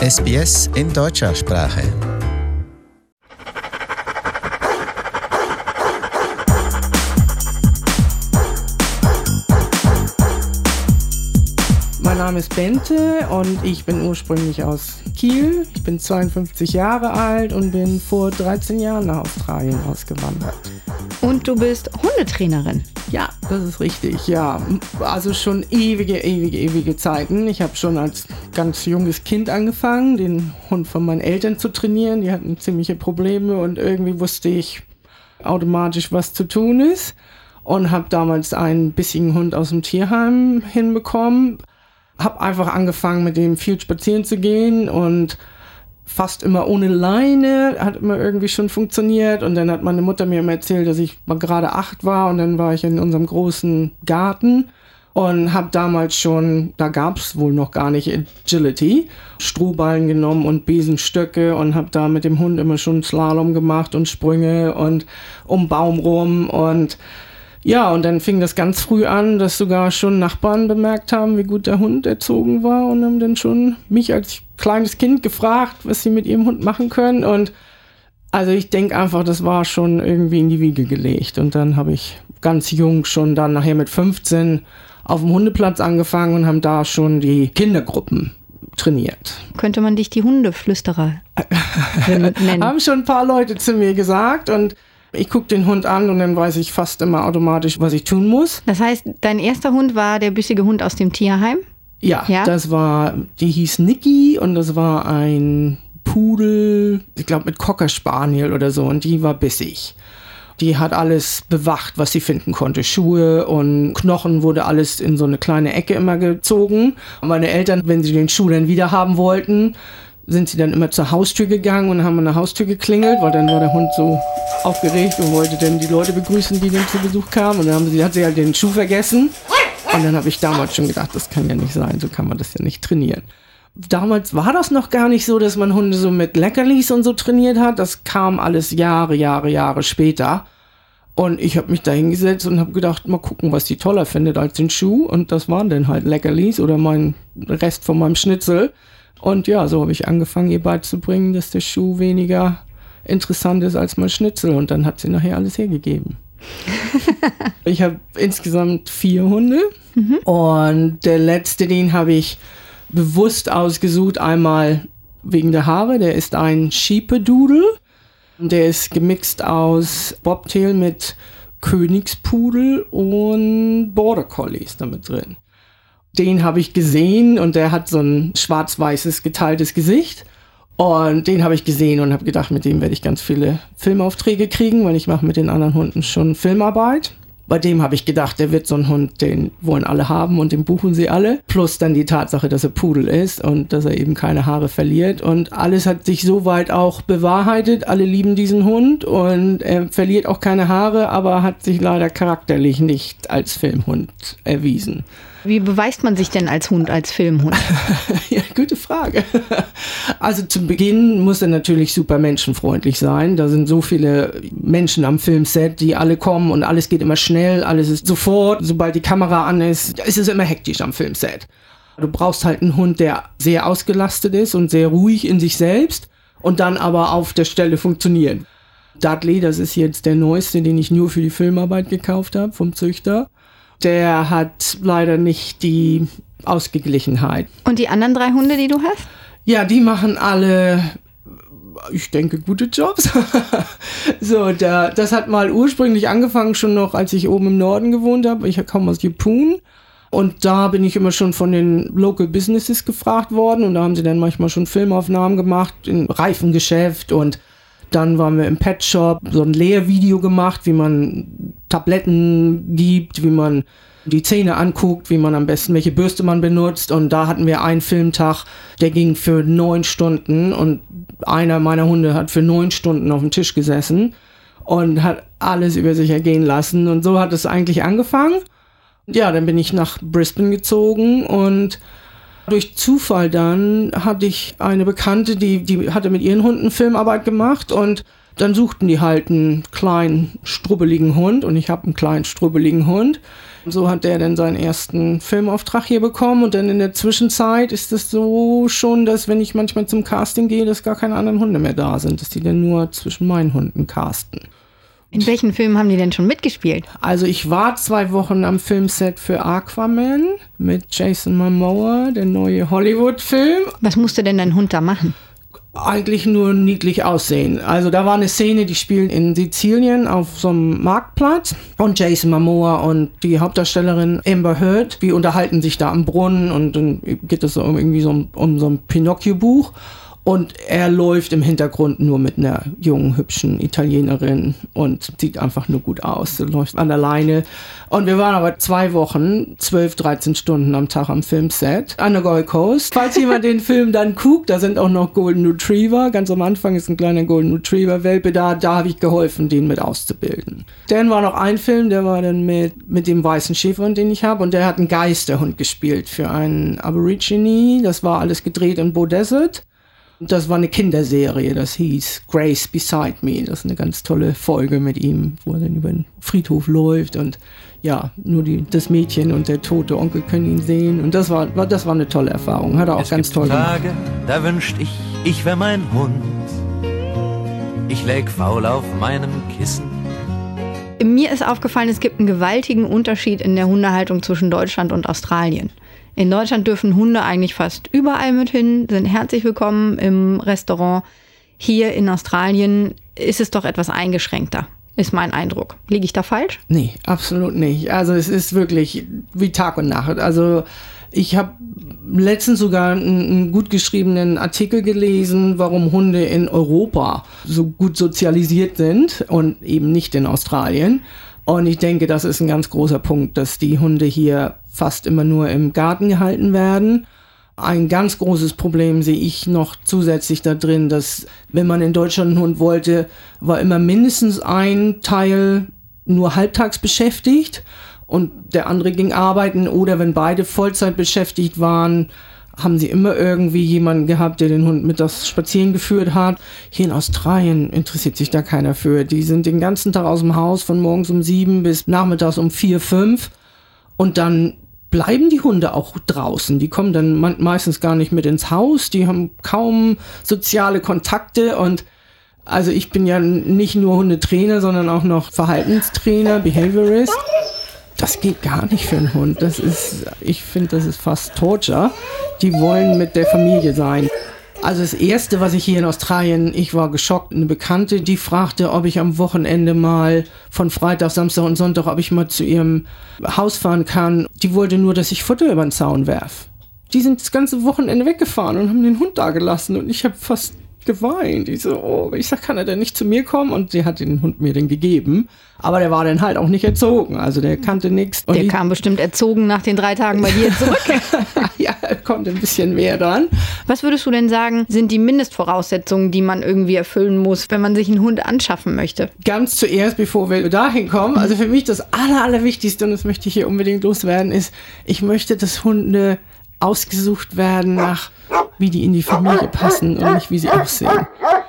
SBS in deutscher Sprache. Mein Name ist Bente und ich bin ursprünglich aus Kiel. Ich bin 52 Jahre alt und bin vor 13 Jahren nach Australien ausgewandert. Und du bist Hundetrainerin? Ja, das ist richtig, ja. Also schon ewige Zeiten. Ich habe schon als ganz junges Kind angefangen, den Hund von meinen Eltern zu trainieren. Die hatten ziemliche Probleme und irgendwie wusste ich automatisch, was zu tun ist. Und habe damals einen bissigen Hund aus dem Tierheim hinbekommen. Habe einfach angefangen, mit dem viel spazieren zu gehen und fast immer ohne Leine, hat immer irgendwie schon funktioniert. Und dann hat meine Mutter mir immer erzählt, dass ich mal gerade 8 war und dann war ich in unserem großen Garten und habe damals schon, da gab es wohl noch gar nicht Agility, Strohballen genommen und Besenstöcke und habe da mit dem Hund immer schon Slalom gemacht und Sprünge und um Baum rum und ja, und dann fing das ganz früh an, dass sogar schon Nachbarn bemerkt haben, wie gut der Hund erzogen war und haben dann schon mich als kleines Kind gefragt, was sie mit ihrem Hund machen können. Und also ich denke einfach, das war schon irgendwie in die Wiege gelegt. Und dann habe ich ganz jung schon dann nachher mit 15 auf dem Hundeplatz angefangen und haben da schon die Kindergruppen trainiert. Könnte man dich die Hundeflüsterer nennen? Haben schon ein paar Leute zu mir gesagt und ich gucke den Hund an und dann weiß ich fast immer automatisch, was ich tun muss. Das heißt, dein erster Hund war der bissige Hund aus dem Tierheim? Ja, die hieß Niki und das war ein Pudel, ich glaube mit Cocker Spaniel oder so und die war bissig. Die hat alles bewacht, was sie finden konnte. Schuhe und Knochen wurde alles in so eine kleine Ecke immer gezogen. Und meine Eltern, wenn sie den Schuh dann wieder haben wollten, sind sie dann immer zur Haustür gegangen und haben an der Haustür geklingelt, weil dann war der Hund so aufgeregt und wollte dann die Leute begrüßen, die dann zu Besuch kamen. Und dann hat sie halt den Schuh vergessen. Und dann habe ich damals schon gedacht, das kann ja nicht sein, so kann man das ja nicht trainieren. Damals war das noch gar nicht so, dass man Hunde so mit Leckerlis und so trainiert hat. Das kam alles Jahre später. Und ich habe mich da hingesetzt und habe gedacht, mal gucken, was die toller findet als den Schuh. Und das waren dann halt Leckerlis oder mein Rest von meinem Schnitzel. Und ja, so habe ich angefangen, ihr beizubringen, dass der Schuh weniger interessant ist als mein Schnitzel. Und dann hat sie nachher alles hergegeben. Ich habe insgesamt 4 Hunde. Und der letzte, den habe ich bewusst ausgesucht. Einmal wegen der Haare. Der ist ein Schiepedoodle. Der ist gemixt aus Bobtail mit Königspudel und Border Collies damit drin. Den habe ich gesehen und der hat so ein schwarz-weißes geteiltes Gesicht. Und den habe ich gesehen und habe gedacht, mit dem werde ich ganz viele Filmaufträge kriegen, weil ich mache mit den anderen Hunden schon Filmarbeit. Bei dem habe ich gedacht, der wird so ein Hund, den wollen alle haben und den buchen sie alle. Plus dann die Tatsache, dass er Pudel ist und dass er eben keine Haare verliert. Und alles hat sich soweit auch bewahrheitet. Alle lieben diesen Hund und er verliert auch keine Haare, aber hat sich leider charakterlich nicht als Filmhund erwiesen. Wie beweist man sich denn als Hund, als Filmhund? Ja, gute Frage. Also zu Beginn muss er natürlich super menschenfreundlich sein. Da sind so viele Menschen am Filmset, die alle kommen und alles geht immer schnell, alles ist sofort. Sobald die Kamera an ist, ist es immer hektisch am Filmset. Du brauchst halt einen Hund, der sehr ausgelastet ist und sehr ruhig in sich selbst und dann aber auf der Stelle funktioniert. Dudley, das ist jetzt der neueste, den ich nur für die Filmarbeit gekauft habe, vom Züchter. Der hat leider nicht die Ausgeglichenheit. Und die anderen 3 Hunde, die du hast? Ja, die machen alle, ich denke, gute Jobs. So, das hat mal ursprünglich angefangen, schon noch, als ich oben im Norden gewohnt habe. Ich komme aus Yeppoon. Und da bin ich immer schon von den Local Businesses gefragt worden. Und da haben sie dann manchmal schon Filmaufnahmen gemacht im Reifengeschäft und dann waren wir im Pet Shop, so ein Lehrvideo gemacht, wie man Tabletten gibt, wie man die Zähne anguckt, wie man am besten, welche Bürste man benutzt. Und da hatten wir einen Filmtag, der ging für 9 Stunden. Und einer meiner Hunde hat für 9 Stunden auf dem Tisch gesessen und hat alles über sich ergehen lassen. Und so hat es eigentlich angefangen. Ja, dann bin ich nach Brisbane gezogen und durch Zufall dann hatte ich eine Bekannte, die hatte mit ihren Hunden Filmarbeit gemacht und dann suchten die halt einen kleinen, strubbeligen Hund und ich habe einen kleinen, strubbeligen Hund. So hat der dann seinen ersten Filmauftrag hier bekommen und dann in der Zwischenzeit ist es so schon, dass wenn ich manchmal zum Casting gehe, dass gar keine anderen Hunde mehr da sind, dass die dann nur zwischen meinen Hunden casten. In welchen Filmen haben die denn schon mitgespielt? Also ich war 2 Wochen am Filmset für Aquaman mit Jason Momoa, der neue Hollywood-Film. Was musste denn dein Hund da machen? Eigentlich nur niedlich aussehen. Also da war eine Szene, die spielen in Sizilien auf so einem Marktplatz und Jason Momoa und die Hauptdarstellerin Amber Heard, die unterhalten sich da am Brunnen und dann geht es so irgendwie so um so ein Pinocchio-Buch. Und er läuft im Hintergrund nur mit einer jungen, hübschen Italienerin und sieht einfach nur gut aus. Er läuft an der Leine. Und wir waren aber 2 Wochen, 12, 13 Stunden am Tag am Filmset an der Gold Coast. Falls jemand den Film dann guckt, da sind auch noch Golden Retriever. Ganz am Anfang ist ein kleiner Golden Retriever-Welpe da. Da habe ich geholfen, den mit auszubilden. Dann war noch ein Film, der war dann mit dem weißen Schäferhund, den ich habe. Und der hat einen Geisterhund gespielt für einen Aborigine. Das war alles gedreht in Beaudesert. Das war eine Kinderserie, das hieß Grace Beside Me. Das ist eine ganz tolle Folge mit ihm, wo er dann über den Friedhof läuft und ja, nur das Mädchen und der tote Onkel können ihn sehen. Und das war eine tolle Erfahrung. Hat er auch ganz toll gemacht. Es gibt Tage, da wünscht ich wär mein Hund. Ich läg faul auf meinem Kissen. Mir ist aufgefallen, es gibt einen gewaltigen Unterschied in der Hundehaltung zwischen Deutschland und Australien. In Deutschland dürfen Hunde eigentlich fast überall mit hin, sind herzlich willkommen im Restaurant. Hier in Australien ist es doch etwas eingeschränkter, ist mein Eindruck. Liege ich da falsch? Nee, absolut nicht. Also es ist wirklich wie Tag und Nacht. Also ich habe letztens sogar einen gut geschriebenen Artikel gelesen, warum Hunde in Europa so gut sozialisiert sind und eben nicht in Australien. Und ich denke, das ist ein ganz großer Punkt, dass die Hunde hier fast immer nur im Garten gehalten werden. Ein ganz großes Problem sehe ich noch zusätzlich da drin, dass wenn man in Deutschland einen Hund wollte, war immer mindestens ein Teil nur halbtags beschäftigt und der andere ging arbeiten oder wenn beide Vollzeit beschäftigt waren, haben sie immer irgendwie jemanden gehabt, der den Hund mittags spazieren geführt hat. Hier in Australien interessiert sich da keiner für. Die sind den ganzen Tag aus dem Haus von morgens um 7 bis nachmittags um 4, 5 und dann bleiben die Hunde auch draußen. Die kommen dann meistens gar nicht mit ins Haus. Die haben kaum soziale Kontakte und also ich bin ja nicht nur Hundetrainer, sondern auch noch Verhaltenstrainer, Behaviorist. Das geht gar nicht für einen Hund. Ich finde, das ist fast Torture. Die wollen mit der Familie sein. Also das Erste, was ich hier in Australien, ich war geschockt, eine Bekannte, die fragte, ob ich am Wochenende mal von Freitag, Samstag und Sonntag, ob ich mal zu ihrem Haus fahren kann. Die wollte nur, dass ich Futter über den Zaun werfe. Die sind das ganze Wochenende weggefahren und haben den Hund da gelassen und ich habe fast geweint. Ich so, oh, ich sag, kann er denn nicht zu mir kommen? Und sie hat den Hund mir dann gegeben. Aber der war dann halt auch nicht erzogen. Also der kannte nichts. Der kam bestimmt erzogen nach den 3 Tagen bei dir zurück. Ja, kommt ein bisschen mehr dran. Was würdest du denn sagen, sind die Mindestvoraussetzungen, die man irgendwie erfüllen muss, wenn man sich einen Hund anschaffen möchte? Ganz zuerst, bevor wir dahin kommen, also für mich das Allerwichtigste, und das möchte ich hier unbedingt loswerden, ist, ich möchte, dass Hunde ausgesucht werden nach, wie die in die Familie passen und nicht, wie sie aussehen.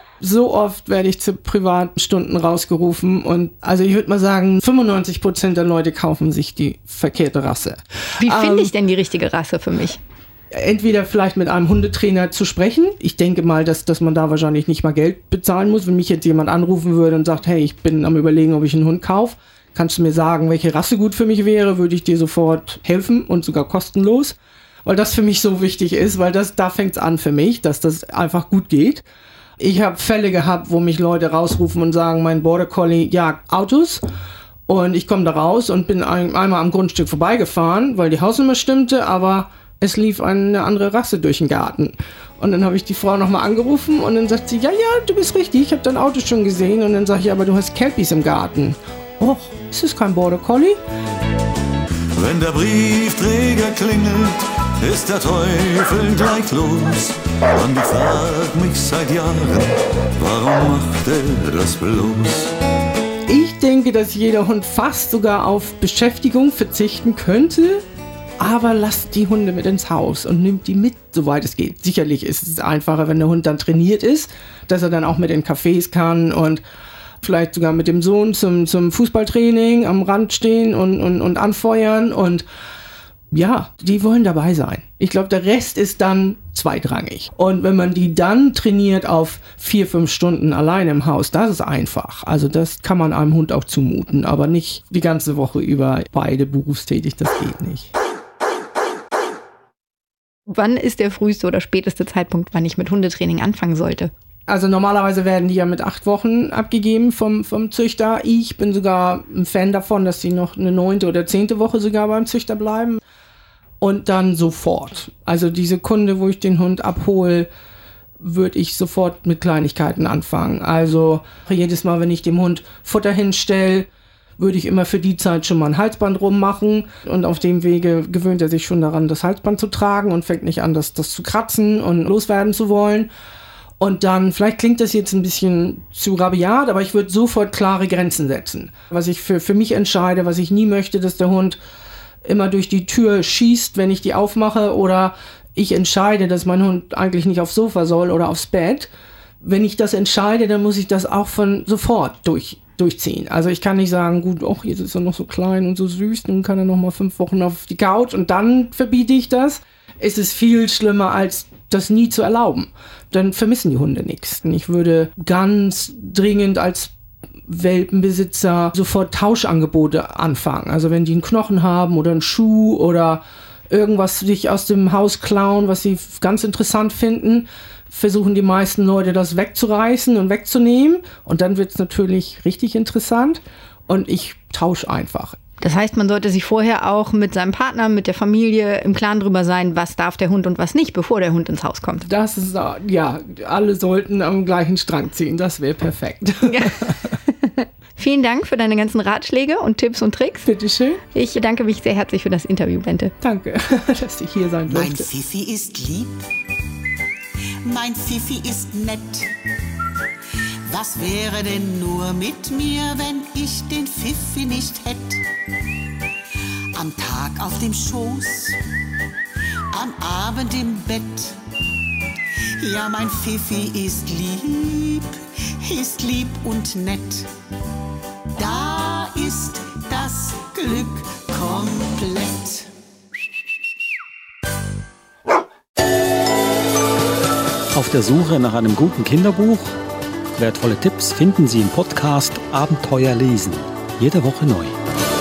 So oft werde ich zu privaten Stunden rausgerufen und also ich würde mal sagen, 95% der Leute kaufen sich die verkehrte Rasse. Wie finde ich denn die richtige Rasse für mich? Entweder vielleicht mit einem Hundetrainer zu sprechen. Ich denke mal, dass man da wahrscheinlich nicht mal Geld bezahlen muss. Wenn mich jetzt jemand anrufen würde und sagt, hey, ich bin am Überlegen, ob ich einen Hund kaufe, kannst du mir sagen, welche Rasse gut für mich wäre, würde ich dir sofort helfen und sogar kostenlos. Weil das für mich so wichtig ist, weil da fängt es an für mich, dass das einfach gut geht. Ich habe Fälle gehabt, wo mich Leute rausrufen und sagen, mein Border Collie jagt Autos und ich komme da raus und bin einmal am Grundstück vorbeigefahren, weil die Hausnummer stimmte, aber es lief eine andere Rasse durch den Garten. Und dann habe ich die Frau nochmal angerufen und dann sagt sie, ja, du bist richtig, ich habe dein Auto schon gesehen. Und dann sage ich, aber du hast Kelpies im Garten. Och, ist das kein Border Collie? Wenn der Briefträger klingelt, ist der Teufel gleich los. Und ich frag mich seit Jahren, warum macht er das bloß? Ich denke, dass jeder Hund fast sogar auf Beschäftigung verzichten könnte, aber lasst die Hunde mit ins Haus und nimmt die mit, soweit es geht. Sicherlich ist es einfacher, wenn der Hund dann trainiert ist, dass er dann auch mit in Cafés kann und vielleicht sogar mit dem Sohn zum Fußballtraining am Rand stehen und anfeuern und ja, die wollen dabei sein. Ich glaube, der Rest ist dann zweitrangig. Und wenn man die dann trainiert auf 4-5 Stunden allein im Haus, das ist einfach. Also das kann man einem Hund auch zumuten, aber nicht die ganze Woche über beide berufstätig, das geht nicht. Wann ist der früheste oder späteste Zeitpunkt, wann ich mit Hundetraining anfangen sollte? Also normalerweise werden die ja mit 8 Wochen abgegeben vom Züchter. Ich bin sogar ein Fan davon, dass sie noch eine 9. oder 10. Woche sogar beim Züchter bleiben. Und dann sofort. Also diese Kunde, wo ich den Hund abhole, würde ich sofort mit Kleinigkeiten anfangen. Also jedes Mal, wenn ich dem Hund Futter hinstelle, würde ich immer für die Zeit schon mal ein Halsband rummachen. Und auf dem Wege gewöhnt er sich schon daran, das Halsband zu tragen und fängt nicht an, das zu kratzen und loswerden zu wollen. Und dann, vielleicht klingt das jetzt ein bisschen zu rabiat, aber ich würde sofort klare Grenzen setzen. Was ich für mich entscheide, was ich nie möchte, dass der Hund immer durch die Tür schießt, wenn ich die aufmache, oder ich entscheide, dass mein Hund eigentlich nicht aufs Sofa soll oder aufs Bett. Wenn ich das entscheide, dann muss ich das auch von sofort durchziehen. Also ich kann nicht sagen, gut, jetzt ist er noch so klein und so süß, dann kann er noch mal 5 Wochen auf die Couch und dann verbiete ich das. Es ist viel schlimmer, als das nie zu erlauben. Dann vermissen die Hunde nichts. Ich würde ganz dringend als Welpenbesitzer sofort Tauschangebote anfangen. Also wenn die einen Knochen haben oder einen Schuh oder irgendwas sich aus dem Haus klauen, was sie ganz interessant finden, versuchen die meisten Leute das wegzureißen und wegzunehmen. Und dann wird es natürlich richtig interessant. Und ich tausche einfach. Das heißt, man sollte sich vorher auch mit seinem Partner, mit der Familie im Klaren drüber sein, was darf der Hund und was nicht, bevor der Hund ins Haus kommt. Das ist, ja, alle sollten am gleichen Strang ziehen. Das wäre perfekt. Ja. Vielen Dank für deine ganzen Ratschläge und Tipps und Tricks. Bitteschön. Ich bedanke mich sehr herzlich für das Interview, Bente. Danke, dass ich hier sein durfte. Mein Fifi ist lieb, mein Fifi ist nett. Was wäre denn nur mit mir, wenn ich den Fifi nicht hätt? Am Tag auf dem Schoß, am Abend im Bett. Ja, mein Fifi ist lieb und nett. Da ist das Glück komplett. Auf der Suche nach einem guten Kinderbuch? Wertvolle Tipps finden Sie im Podcast Abenteuer lesen. Jede Woche neu.